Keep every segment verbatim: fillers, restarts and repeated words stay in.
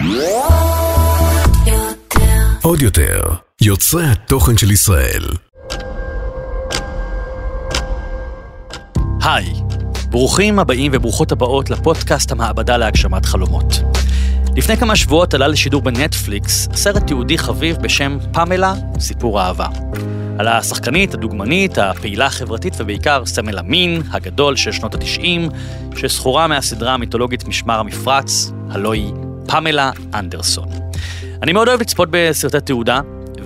עוד יותר, יוצרי התוכן של ישראל. היי, ברוכים הבאים וברוכות הבאות לפודקאסט המעבדה להגשמת חלומות. לפני כמה שבועות עלה לשידור בנטפליקס סרט יהודי חביב בשם פמלה, סיפור אהבה. על השחקנית, הדוגמנית, הפעילה החברתית ובעיקר סמל המין הגדול של שנות ה-תשעים, שזכורה מהסדרה המיתולוגית משמר המפרץ, הלוא היא פמלה אנדרסון. אני מאוד אוהב לצפות בסרטי תעודה,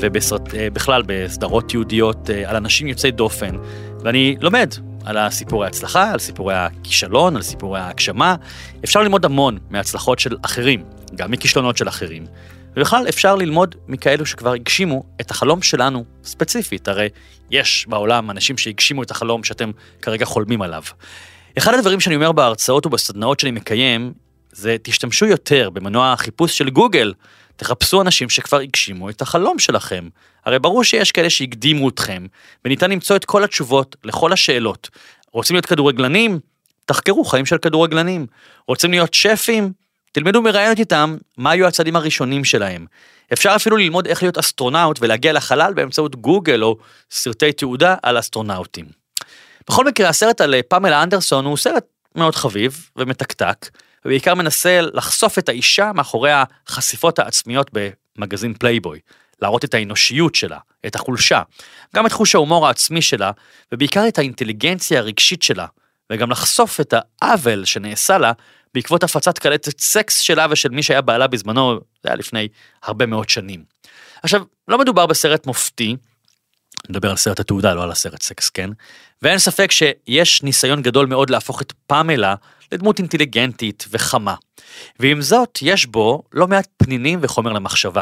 ובכלל בסדרות יהודיות על אנשים יוצאי דופן, ואני לומד על הסיפורי ההצלחה, על סיפורי הכישלון, על סיפורי ההגשמה. אפשר ללמוד המון מההצלחות של אחרים, גם מכישלונות של אחרים, ובכלל אפשר ללמוד מכאלו שכבר הגשימו את החלום שלנו ספציפית. הרי יש בעולם אנשים שהגשימו את החלום שאתם כרגע חולמים עליו. אחד הדברים שאני אומר בהרצאות ובסדנאות שאני מקיים, זה תשתמשו יותר במנוע החיפוש של גוגל, תחפשו אנשים שכבר הגשימו את החלום שלכם. הרי ברור שיש כאלה שהקדימו אתכם, וניתן למצוא את כל התשובות לכל השאלות. רוצים להיות כדורגלנים? תחקרו חיים של כדורגלנים. רוצים להיות שפים? תלמדו מראיינות איתם מה היו הצעדים הראשונים שלהם. אפשר אפילו ללמוד איך להיות אסטרונאוט ולהגיע לחלל באמצעות גוגל או סרטי תעודה על אסטרונאוטים. בכל מקרה, הסרט על פמלה אנדרסון הוא סרט מאוד חביב ומתקתק, ובעיקר מנסה לחשוף את האישה מאחורי החשיפות העצמיות במגזין פלייבוי, להראות את האנושיות שלה, את החולשה, גם את חוש ההומור העצמי שלה, ובעיקר את האינטליגנציה הרגשית שלה, וגם לחשוף את העוול שנעשה לה, בעקבות הפצת קלטת סקס שלה ושל מי שהיה בעלה בזמנו, זה היה לפני הרבה מאוד שנים. עכשיו, לא מדובר בסרט מופתי, נדבר על סרט התעודה, לא על הסרט סקס, כן? ואין ספק שיש ניסיון גדול מאוד להפוך את פמלה לדמות אינטליגנטית וחמה. ועם זאת, יש בו לא מעט פנינים וחומר למחשבה.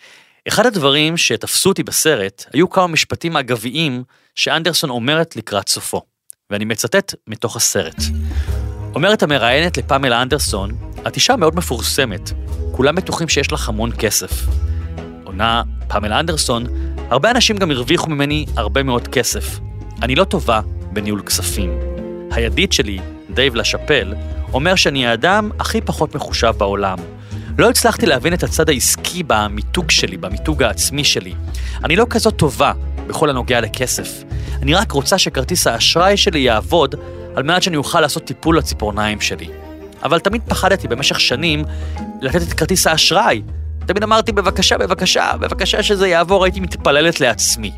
אחד הדברים שתפסו אותי בסרט, היו כמה משפטים אגביים שאנדרסון אומרת לקראת סופו. ואני מצטט מתוך הסרט. אומרת המראיינת לפמלה אנדרסון, את אישה מאוד מפורסמת, כולם בטוחים שיש לך המון כסף. עונה פמלה אנדרסון, הרבה אנשים גם הרוויחו ממני הרבה מאוד כסף. אני לא טובה בניהול כספים. הידיד שלי, דייב לשפל, אומר שאני האדם הכי פחות מחושב בעולם. לא הצלחתי להבין את הצד העסקי במיתוג שלי, במיתוג העצמי שלי. אני לא כזאת טובה בכל הנוגע לכסף. אני רק רוצה שכרטיס האשראי שלי יעבוד על מנת שאני אוכל לעשות טיפול לציפורניים שלי. אבל תמיד פחדתי במשך שנים לתת את כרטיס האשראי. תמיד אמרתי, בבקשה, בבקשה, בבקשה שזה יעבור, הייתי מתפללת לעצמי.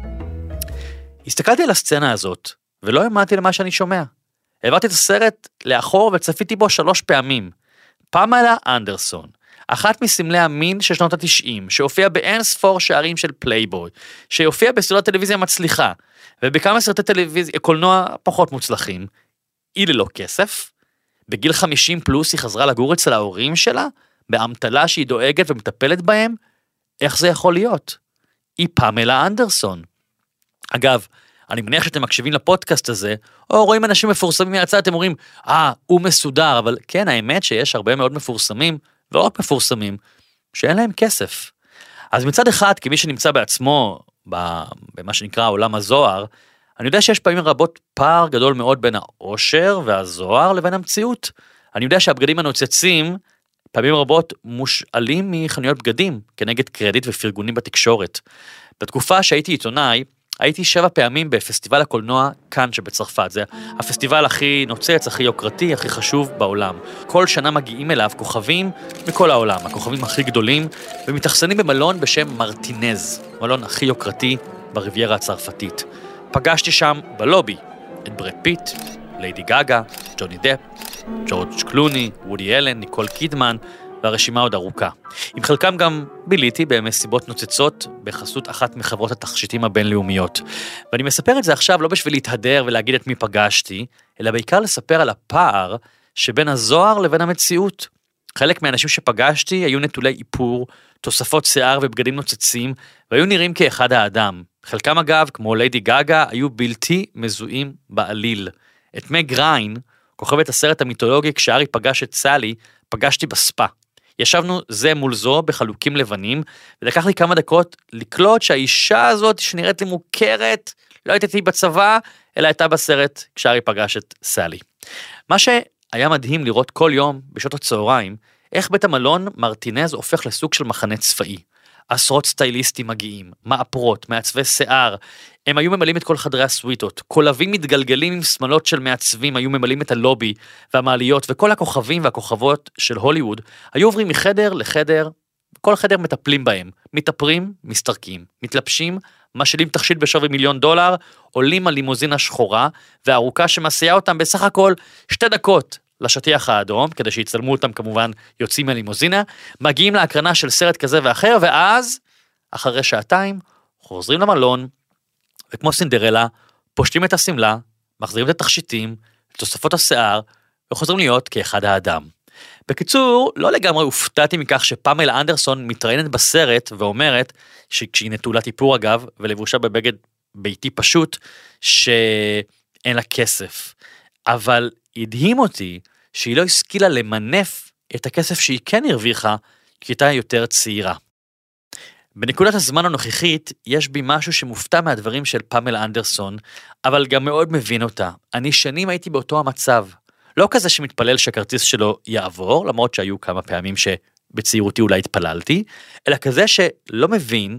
הסתכלתי על הסצנה הזאת, ולא האמנתי למה שאני שומע. העברתי את הסרט לאחור וצפיתי בו שלוש פעמים. פמלה אנדרסון, אחת מסמלי המין של שנות ה-תשעים, שהופיעה באין ספור שערים של פלייבוי, שהופיעה בסדרת טלוויזיה מצליחה, ובכמה סרטי טלוויזיה, קולנוע פחות מוצלחים, היא ללא כסף, בגיל חמישים פלוס היא חזרה לגור אצל ההורים שלה, באמתלה שהיא דואגת ומטפלת בהם. איך זה יכול להיות? היא פמלה אנדרסון. אגב, אני מניח שאתם מקשיבים לפודקאסט הזה, או רואים אנשים מפורסמים מהצד, אתם אומרים, אה, הוא מסודר, אבל כן, האמת שיש הרבה מאוד מפורסמים, ועוד מפורסמים, שאין להם כסף. אז מצד אחד, כמי שנמצא בעצמו, במה שנקרא עולם הזוהר, אני יודע שיש פעמים רבות פער גדול מאוד בין העושר והזוהר לבין המציאות. אני יודע שהבגדים הנוצצים, פעמים רבות מושאלים מחנויות בגדים, כנגד קרדיט ופרגונים בתקשורת. בתקופה שהייתי עיתונאי, הייתי שבע פעמים בפסטיבל הקולנוע כאן שבצרפת. זה הפסטיבל הכי נוצץ, הכי יוקרתי, הכי חשוב בעולם. כל שנה מגיעים אליו כוכבים מכל העולם, הכוכבים הכי גדולים, ומתאכסנים במלון בשם מרטינז, מלון הכי יוקרתי בריביירה הצרפתית. פגשתי שם בלובי את ברד פיט, ליידי גאגה, ג'וני דפ, ג'ורג' קלוני, וודי אלן, ניקול קידמן, והרשימה עוד ארוכה. עם חלקם גם ביליתי במסיבות נוצצות בחסות אחת מחברות התכשיטים הבינלאומיות. ואני מספר את זה עכשיו לא בשביל להתהדר ולהגיד את מי פגשתי, אלא בעיקר לספר על הפער שבין הזוהר לבין המציאות. חלק מהאנשים שפגשתי היו נטולי איפור, תוספות שיער ובגדים נוצצים, והיו נראים כאחד האדם. חלקם אגב, כמו ליידי גאגה, היו בלתי מזוהים בעליל. את מג ריין, כוכבת הסרט המיתולוגי כשארי פגש את סלי, פגשתי בספה. ישבנו זה מול זו בחלוקים לבנים, ולקח לי כמה דקות לקלוט שהאישה הזאת שנראית לי מוכרת, לא הייתי בצבא, אלא הייתה בסרט כשארי פגש את סלי. מה שהיה מדהים לראות כל יום בשעות הצהריים, איך בית המלון מרטינז הופך לסוג של מחנה צבאי. עשרות סטייליסטים מגיעים, מעפרות, מעצבי שיער, הם היו ממלאים את כל חדרי הסוויטות, קולבים מתגלגלים עם שמלות של מעצבים היו ממלאים את הלובי והמעליות, וכל הכוכבים והכוכבות של הוליווד היו עוברים מחדר לחדר, כל חדר מטפלים בהם, מתאפרים, מסתרקים, מתלבשים, משלים תכשיט בשווי מיליון דולר, עולים על לימוזינה שחורה, והארוכה שמסיעה אותם בסך הכל שתי דקות לשטיח האדום, כדי שיצלמו אותם כמובן יוצאים מהלימוזינה, מגיעים להקרנה של סרט כזה ואחר, ואז, אחרי שעתיים, חוזרים למלון, וכמו סינדרלה, פושטים את הסמלה, מחזירים את התכשיטים, את תוספות השיער, וחוזרים להיות כאחד האדם. בקיצור, לא לגמרי הופתעתי מכך שפמלה אנדרסון מתראיינת בסרט ואומרת, שכשהיא נטולת איפור אגב, ולבושה בבגד ביתי פשוט, שאין לה כסף. אבל הדהים אותי שהיא לא השכילה למנף את הכסף שהיא כן הרוויחה, כי הייתה יותר צעירה. בנקודת הזמן הנוכחית, יש בי משהו שמופתע מהדברים של פמלה אנדרסון, אבל גם מאוד מבין אותה. אני שנים הייתי באותו המצב. לא כזה שמתפלל שהכרטיס שלו יעבור, למרות שהיו כמה פעמים שבצעירותי אולי התפללתי, אלא כזה שלא מבין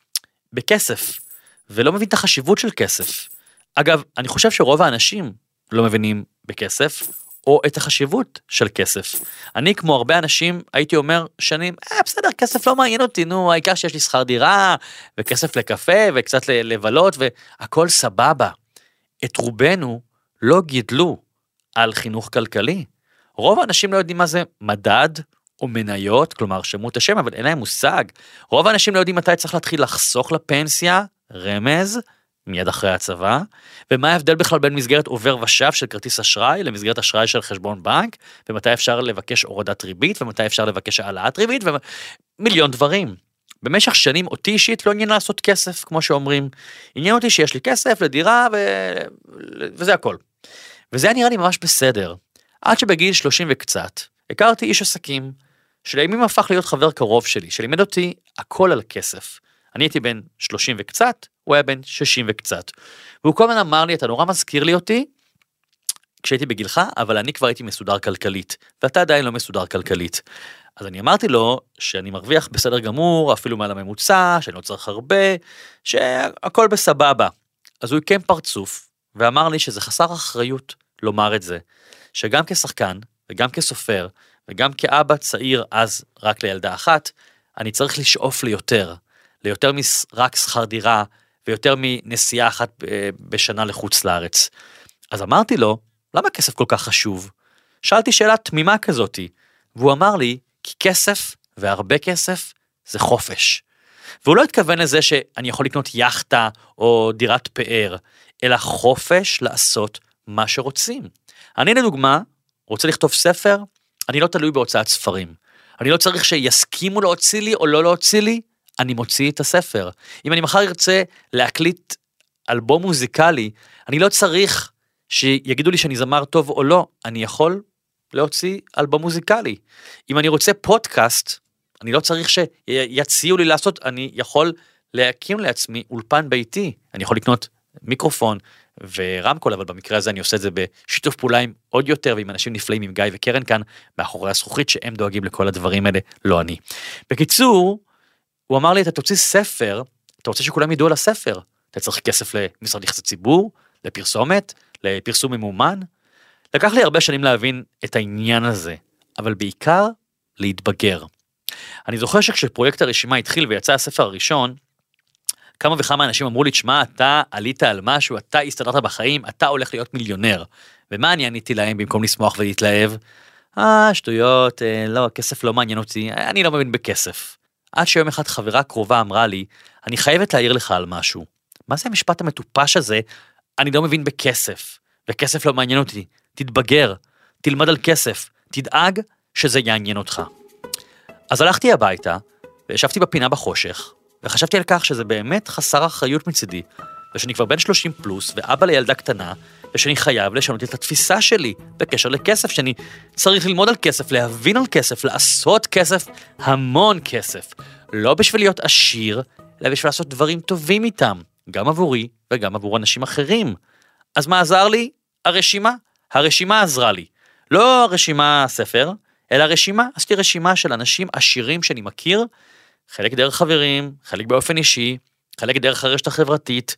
בכסף, ולא מבין את החשיבות של כסף. אגב, אני חושב שרוב האנשים לא מבינים בכסף, או את החשיבות של כסף. אני, כמו הרבה אנשים, הייתי אומר שנים, אה, בסדר, כסף לא מעניין אותי, נו, העיקר שיש לי שכר דירה, וכסף לקפה, וקצת לבלות, והכל סבבה. את רובנו לא גידלו על חינוך כלכלי. רוב האנשים לא יודעים מה זה מדד או מניות, כלומר שמעו את השם, אבל אין להם מושג. רוב האנשים לא יודעים מתי צריך להתחיל לחסוך לפנסיה, רמז, מיד אחרי הצבא, ומה ההבדל בכלל בין מסגרת עובר ושב של כרטיס אשראי, למסגרת אשראי של חשבון בנק, ומתי אפשר לבקש הורדת ריבית, ומתי אפשר לבקש העלאת ריבית, ומיליון דברים. במשך שנים אותי אישית לא עניין לעשות כסף, כמו שאומרים. עניין אותי שיש לי כסף לדירה, ו... וזה הכל. וזה נראה לי ממש בסדר. עד שבגיל שלושים וקצת, הכרתי איש עסקים, שלימים הפך להיות חבר קרוב שלי, שלימד אותי הכל על כסף. אני הייתי בן שלושים וקצת, הוא היה בן שישים וקצת. והוא כל הזמן אמר לי, אתה נורא מזכיר לי אותי, כשהייתי בגילך, אבל אני כבר הייתי מסודר כלכלית, ואתה עדיין לא מסודר כלכלית. אז אני אמרתי לו, שאני מרוויח בסדר גמור, אפילו מעל הממוצע, שאני לא צריך הרבה, שהכל בסבבה. אז הוא יקם פרצוף, ואמר לי שזה חסר אחריות לומר את זה, שגם כשחקן, וגם כסופר, וגם כאבא צעיר אז רק לילדה אחת, אני צריך לשאוף ליותר, ליותר מרק שכר דירה, ויותר מנסיעה אחת בשנה לחוץ לארץ. אז אמרתי לו, למה כסף כל כך חשוב? שאלתי שאלה תמימה כזאתי, והוא אמר לי, כי כסף והרבה כסף זה חופש. והוא לא התכוון לזה שאני יכול לקנות יחטה או דירת פאר, אלא חופש לעשות מה שרוצים. אני לדוגמה, רוצה לכתוב ספר, אני לא תלוי בהוצאת ספרים. אני לא צריך שיסכימו להוציא לי או לא להוציא לי, אני מוציא את הספר. אם אני מחר ארצה להקליט אלבום מוזיקלי, אני לא צריך שיגידו לי שאני זמר טוב או לא, אני יכול להוציא אלבום מוזיקלי. אם אני רוצה פודקאסט, אני לא צריך שיציעו לי לעשות, אני יכול להקים לעצמי אולפן ביתי, אני יכול לקנות מיקרופון ורמקול, אבל במקרה הזה אני עושה את זה בשיתוף פעולה עם עוד יותר, ועם אנשים נפלאים, עם גיא וקרן כאן, מאחורי הזכוכית, שהם דואגים לכל הדברים האלה, לא אני. בקיצור, הוא אמר לי, אתה תוציא ספר, אתה רוצה שכולם ידעו על הספר, אתה צריך כסף למשרד יחסי ציבור, לפרסומת, לפרסום ממומן. לקח לי הרבה שנים להבין את העניין הזה, אבל בעיקר להתבגר. אני זוכר שכשפרויקט הרשימה התחיל ויצא הספר הראשון, כמה וכמה אנשים אמרו לי, תשמע, אתה עלית על משהו, אתה הסתדרת בחיים, אתה הולך להיות מיליונר. ומה אני עניתי להם במקום לשמוח ולהתלהב? אה, שטויות, אה, לא, כסף לא מעניין אותי, אני לא מבין בכסף. עד שיום אחד חברה קרובה אמרה לי, אני חייבת להעיר לך על משהו. מה זה המשפט המטופש הזה? אני לא מבין בכסף, וכסף לא מעניין אותי. תתבגר, תלמד על כסף, תדאג שזה יעניין אותך. אז הלכתי הביתה, וישבתי בפינה בחושך, וחשבתי על כך שזה באמת חסר אחריות מצידי, ושאני כבר בן שלושים פלוס, ואבא לילדה קטנה, ושאני חייב לשנות את התפיסה שלי בקשר לכסף, שאני צריך ללמוד על כסף, להבין על כסף, לעשות כסף, המון כסף. לא בשביל להיות עשיר, אלא בשביל לעשות דברים טובים איתם, גם עבורי וגם עבור אנשים אחרים. אז מה עזר לי? הרשימה. הרשימה עזרה לי. לא הרשימה הספר, אלא רשימה, עשיתי רשימה של אנשים עשירים שאני מכיר, חלק דרך חברים, חלק באופן אישי, חלק דרך הרשת החברתית,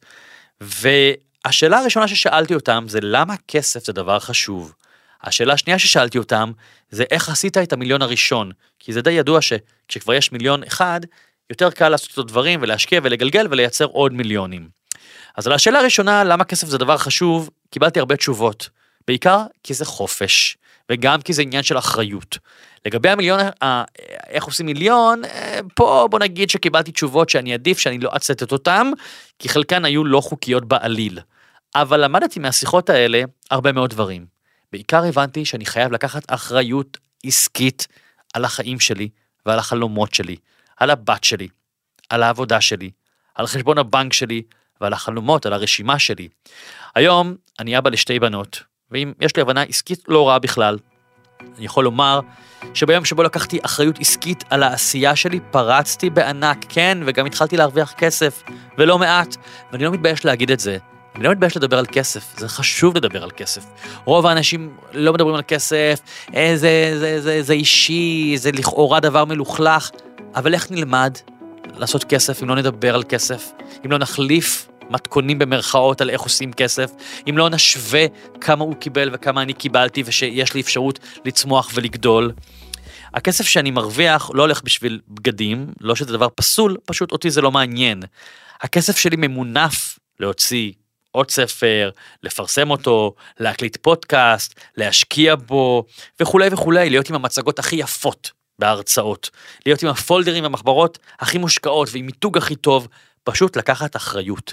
והשאלה הראשונה ששאלתי אותם זה למה כסף זה דבר חשוב. השאלה השנייה ששאלתי אותם זה איך עשית את המיליון הראשון, כי זה די ידוע שכשכבר יש מיליון אחד, יותר קל לעשות את הדברים ולהשקיע ולגלגל ולייצר עוד מיליונים. אז על השאלה הראשונה, למה כסף זה דבר חשוב, קיבלתי הרבה תשובות, בעיקר כי זה חופש, וגם כי זה עניין של אחריות. לגבי המיליון, איך עושים מיליון, פה בוא נגיד שקיבלתי תשובות שאני עדיף שאני לא אצטט אותם, כי חלקן היו לא חוקיות בעליל. אבל למדתי מהשיחות האלה הרבה מאוד דברים. בעיקר הבנתי שאני חייב לקחת אחריות עסקית על החיים שלי ועל החלומות שלי, על הבת שלי, על העבודה שלי, על חשבון הבנק שלי ועל החלומות, על הרשימה שלי. היום אני אבא לשתי בנות, ואם יש לי הבנה עסקית לא רעה בכלל, אני יכול לומר שביום שבו לקחתי אחריות עסקית על העשייה שלי, פרצתי בענק, כן, וגם התחלתי להרוויח כסף, ולא מעט, ואני לא מתבייש להגיד את זה. אני לא מתבייש לדבר על כסף, זה חשוב לדבר על כסף. רוב האנשים לא מדברים על כסף, אה, זה, זה, זה, זה אישי, זה לכאורה דבר מלוכלך, אבל איך נלמד לעשות כסף אם לא נדבר על כסף? אם לא נחליף מתכונים במרכאות על איך עושים כסף, אם לא נשווה כמה הוא קיבל וכמה אני קיבלתי, ושיש לי אפשרות לצמוח ולגדול. הכסף שאני מרוויח לא הולך בשביל בגדים, לא שזה דבר פסול, פשוט אותי זה לא מעניין. הכסף שלי ממונף להוציא עוד ספר, לפרסם אותו, להקליט פודקאסט, להשקיע בו, וכו' וכו', להיות עם המצגות הכי יפות בהרצאות, להיות עם הפולדרים והמחברות הכי מושקעות, ועם מיתוג הכי טוב, פשוט לקחת אחריות.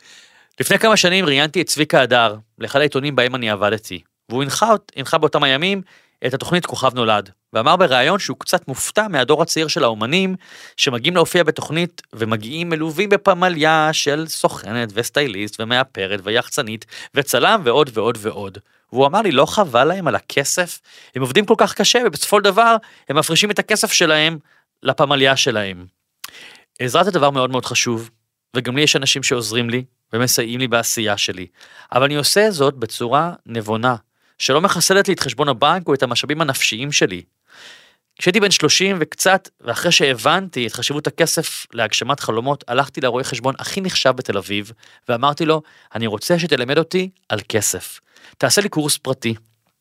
לפני כמה שנים ראיינתי את צביקה הדר, לאחד העיתונים בהם אני עבדתי, והוא הנחה, הנחה באותם הימים את התוכנית כוכב נולד, ואמר בראיון שהוא קצת מופתע מהדור הצעיר של האומנים, שמגיעים להופיע בתוכנית, ומגיעים מלווים בפמליה של סוכנת וסטייליסט ומאפרת ויחצנית, וצלם ועוד ועוד ועוד. והוא אמר לי, לא חבל להם על הכסף? הם עובדים כל כך קשה, ובסופו של דבר הם מפרישים את הכסף שלהם לפמליה שלהם. עזרת הדבר מאוד מאוד חשוב, וגם לי יש אנשים שעוזרים לי, ומסייעים לי בעשייה שלי. אבל אני עושה זאת בצורה נבונה, שלא מחסלת לי את חשבון הבנק או את המשאבים הנפשיים שלי. כשהייתי בן שלושים וקצת, ואחרי שהבנתי את חשיבות הכסף להגשמת חלומות, הלכתי לרואה חשבון הכי נחשב בתל אביב, ואמרתי לו, אני רוצה שתלמד אותי על כסף. תעשה לי קורס פרטי.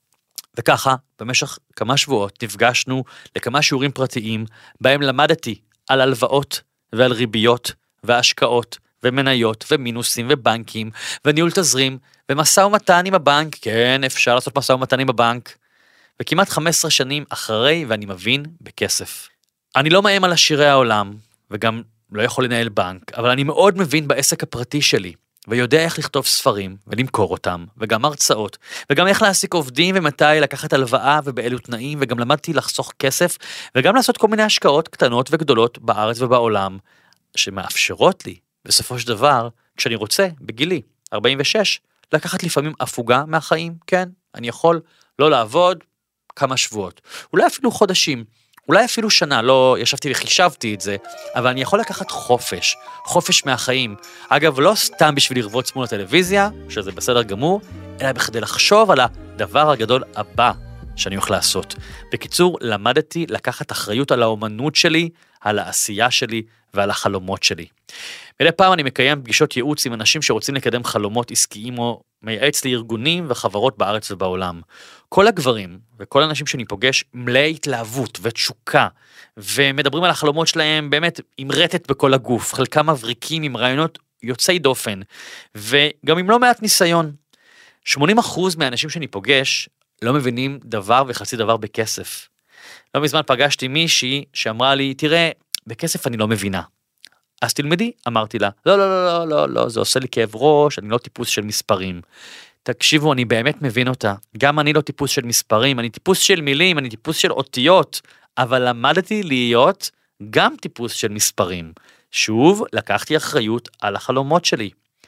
וככה, במשך כמה שבועות, נפגשנו לכמה שיעורים פרטיים, בהם למדתי על הלוואות ועל ריביות והשקעות ומניות ומינוסים ובנקים וניהול תזרים ומשא ומתן עם הבנק. כן, אפשר לעשות משא ומתן עם הבנק. וכמעט חמש עשרה שנים אחרי, ואני מבין בכסף. אני לא מאיים על עשירי העולם, וגם לא יכול לנהל בנק, אבל אני מאוד מבין בעסק הפרטי שלי, ויודע איך לכתוב ספרים ולמכור אותם, וגם הרצאות, וגם איך להעסיק עובדים ומתי לקחת הלוואה ובאילו תנאים, וגם למדתי לחסוך כסף, וגם לעשות כל מיני השקעות קטנות וגדולות בארץ ובעולם, שמאפשרות לי, בסופו של דבר, כשאני רוצה, בגילי, ארבעים ושש, לקחת לפעמים הפוגה מהחיים, כן, אני יכול לא לעבוד כמה שבועות, אולי אפילו חודשים, אולי אפילו שנה, לא ישבתי וחישבתי את זה, אבל אני יכול לקחת חופש, חופש מהחיים. אגב, לא סתם בשביל לרבוץ מול הטלוויזיה, שזה בסדר גמור, אלא בכדי לחשוב על הדבר הגדול הבא שאני הולך לעשות. בקיצור, למדתי לקחת אחריות על האומנות שלי, על העשייה שלי ועל החלומות שלי. מדי פעם אני מקיים פגישות ייעוץ עם אנשים שרוצים לקדם חלומות עסקיים או מייעץ לארגונים וחברות בארץ ובעולם. כל הגברים וכל האנשים שאני פוגש מלאי התלהבות ותשוקה, ומדברים על החלומות שלהם באמת עם רטט בכל הגוף, חלקם מבריקים עם רעיונות יוצאי דופן, וגם עם לא מעט ניסיון. שמונים אחוז מהאנשים שאני פוגש לא מבינים דבר וחצי דבר בכסף. לא מזמן פגשתי מישהי שאמרה לי, תראה, בכסף אני לא מבינה. אז תלמדי, אמרתי לה, לא, לא, לא, לא, לא, לא, זה עושה לי כאב ראש, אני לא טיפוס של מספרים. תקשיבו, אני באמת מבין אותה. גם אני לא טיפוס של מספרים, אני טיפוס של מילים, אני טיפוס של אותיות, אבל למדתי להיות גם טיפוס של מספרים. שוב, לקחתי אחריות על החלומות שלי.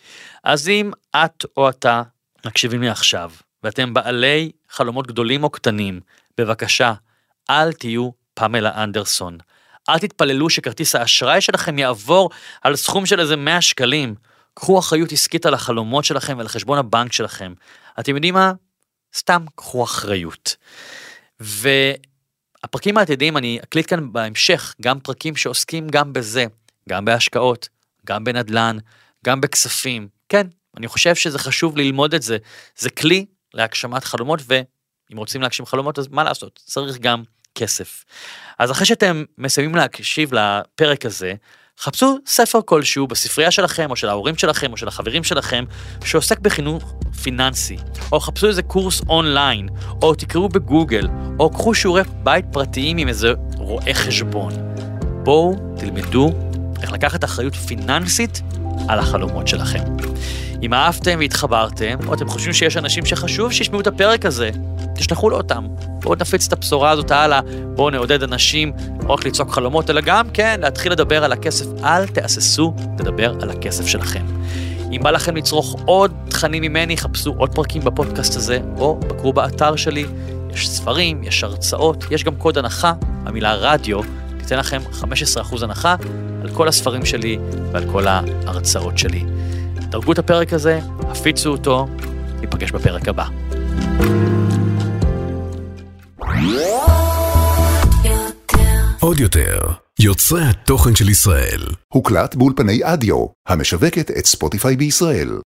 אז אם את או אתה מקשיבים לי עכשיו, ואתם בעלי חלומות גדולים או קטנים, בבקשה, אל תהיו פמלה אנדרסון. אל תתפללו שכרטיס האשראי שלכם יעבור על סכום של איזה מאה שקלים. קחו אחריות עסקית על החלומות שלכם ועל חשבון הבנק שלכם. אתם יודעים מה? סתם קחו אחריות. ואל הפרקים העתידיים, אני אקליט כאן בהמשך, גם פרקים שעוסקים גם בזה, גם בהשקעות, גם בנדלן, גם בכספים. כן, אני חושב שזה חשוב ללמוד את זה. זה כלי להגשמת חלומות, ואם רוצים להגשים חלומות, אז מה לעשות? צריך גם כסף. אז אחרי שאתם מסיימים להקשיב לפרק הזה, חפשו ספר כלשהו בספרייה שלכם, או של ההורים שלכם, או של החברים שלכם, שעוסק בחינוך פיננסי, או חפשו איזה קורס אונליין, או תקראו בגוגל, או קחו שיעורי בית פרטיים עם איזה רואה חשבון. בואו תלמדו איך לקחת אחריות פיננסית על החלומות שלכם. אם אהבתם והתחברתם, או אתם חושבים שיש אנשים שחשוב שישמעו את הפרק הזה, תשלחו לו אותם. בואו נפיץ את הבשורה הזאת הלאה, בואו נעודד אנשים, לא רק לצעוק חלומות, אלא גם, כן, להתחיל לדבר על הכסף. אל תאססו לדבר על הכסף שלכם. אם בא לכם לצרוך עוד תכנים ממני, חפשו עוד פרקים בפודקאסט הזה, או בקרו באתר שלי, יש ספרים, יש הרצאות, יש גם קוד הנחה, המילה רדיו, תיתן לכם חמישה עשר אחוז הנחה על כל הספרים שלי ועל כל ההרצאות שלי. דרגו את הפרק הזה, הפיצו אותו, ניפגש בפרק הבא. עוד יותר, יוצרי התוכן של ישראל. הוקלט באולפני אדיו, המשווקת את ספוטיפיי בישראל.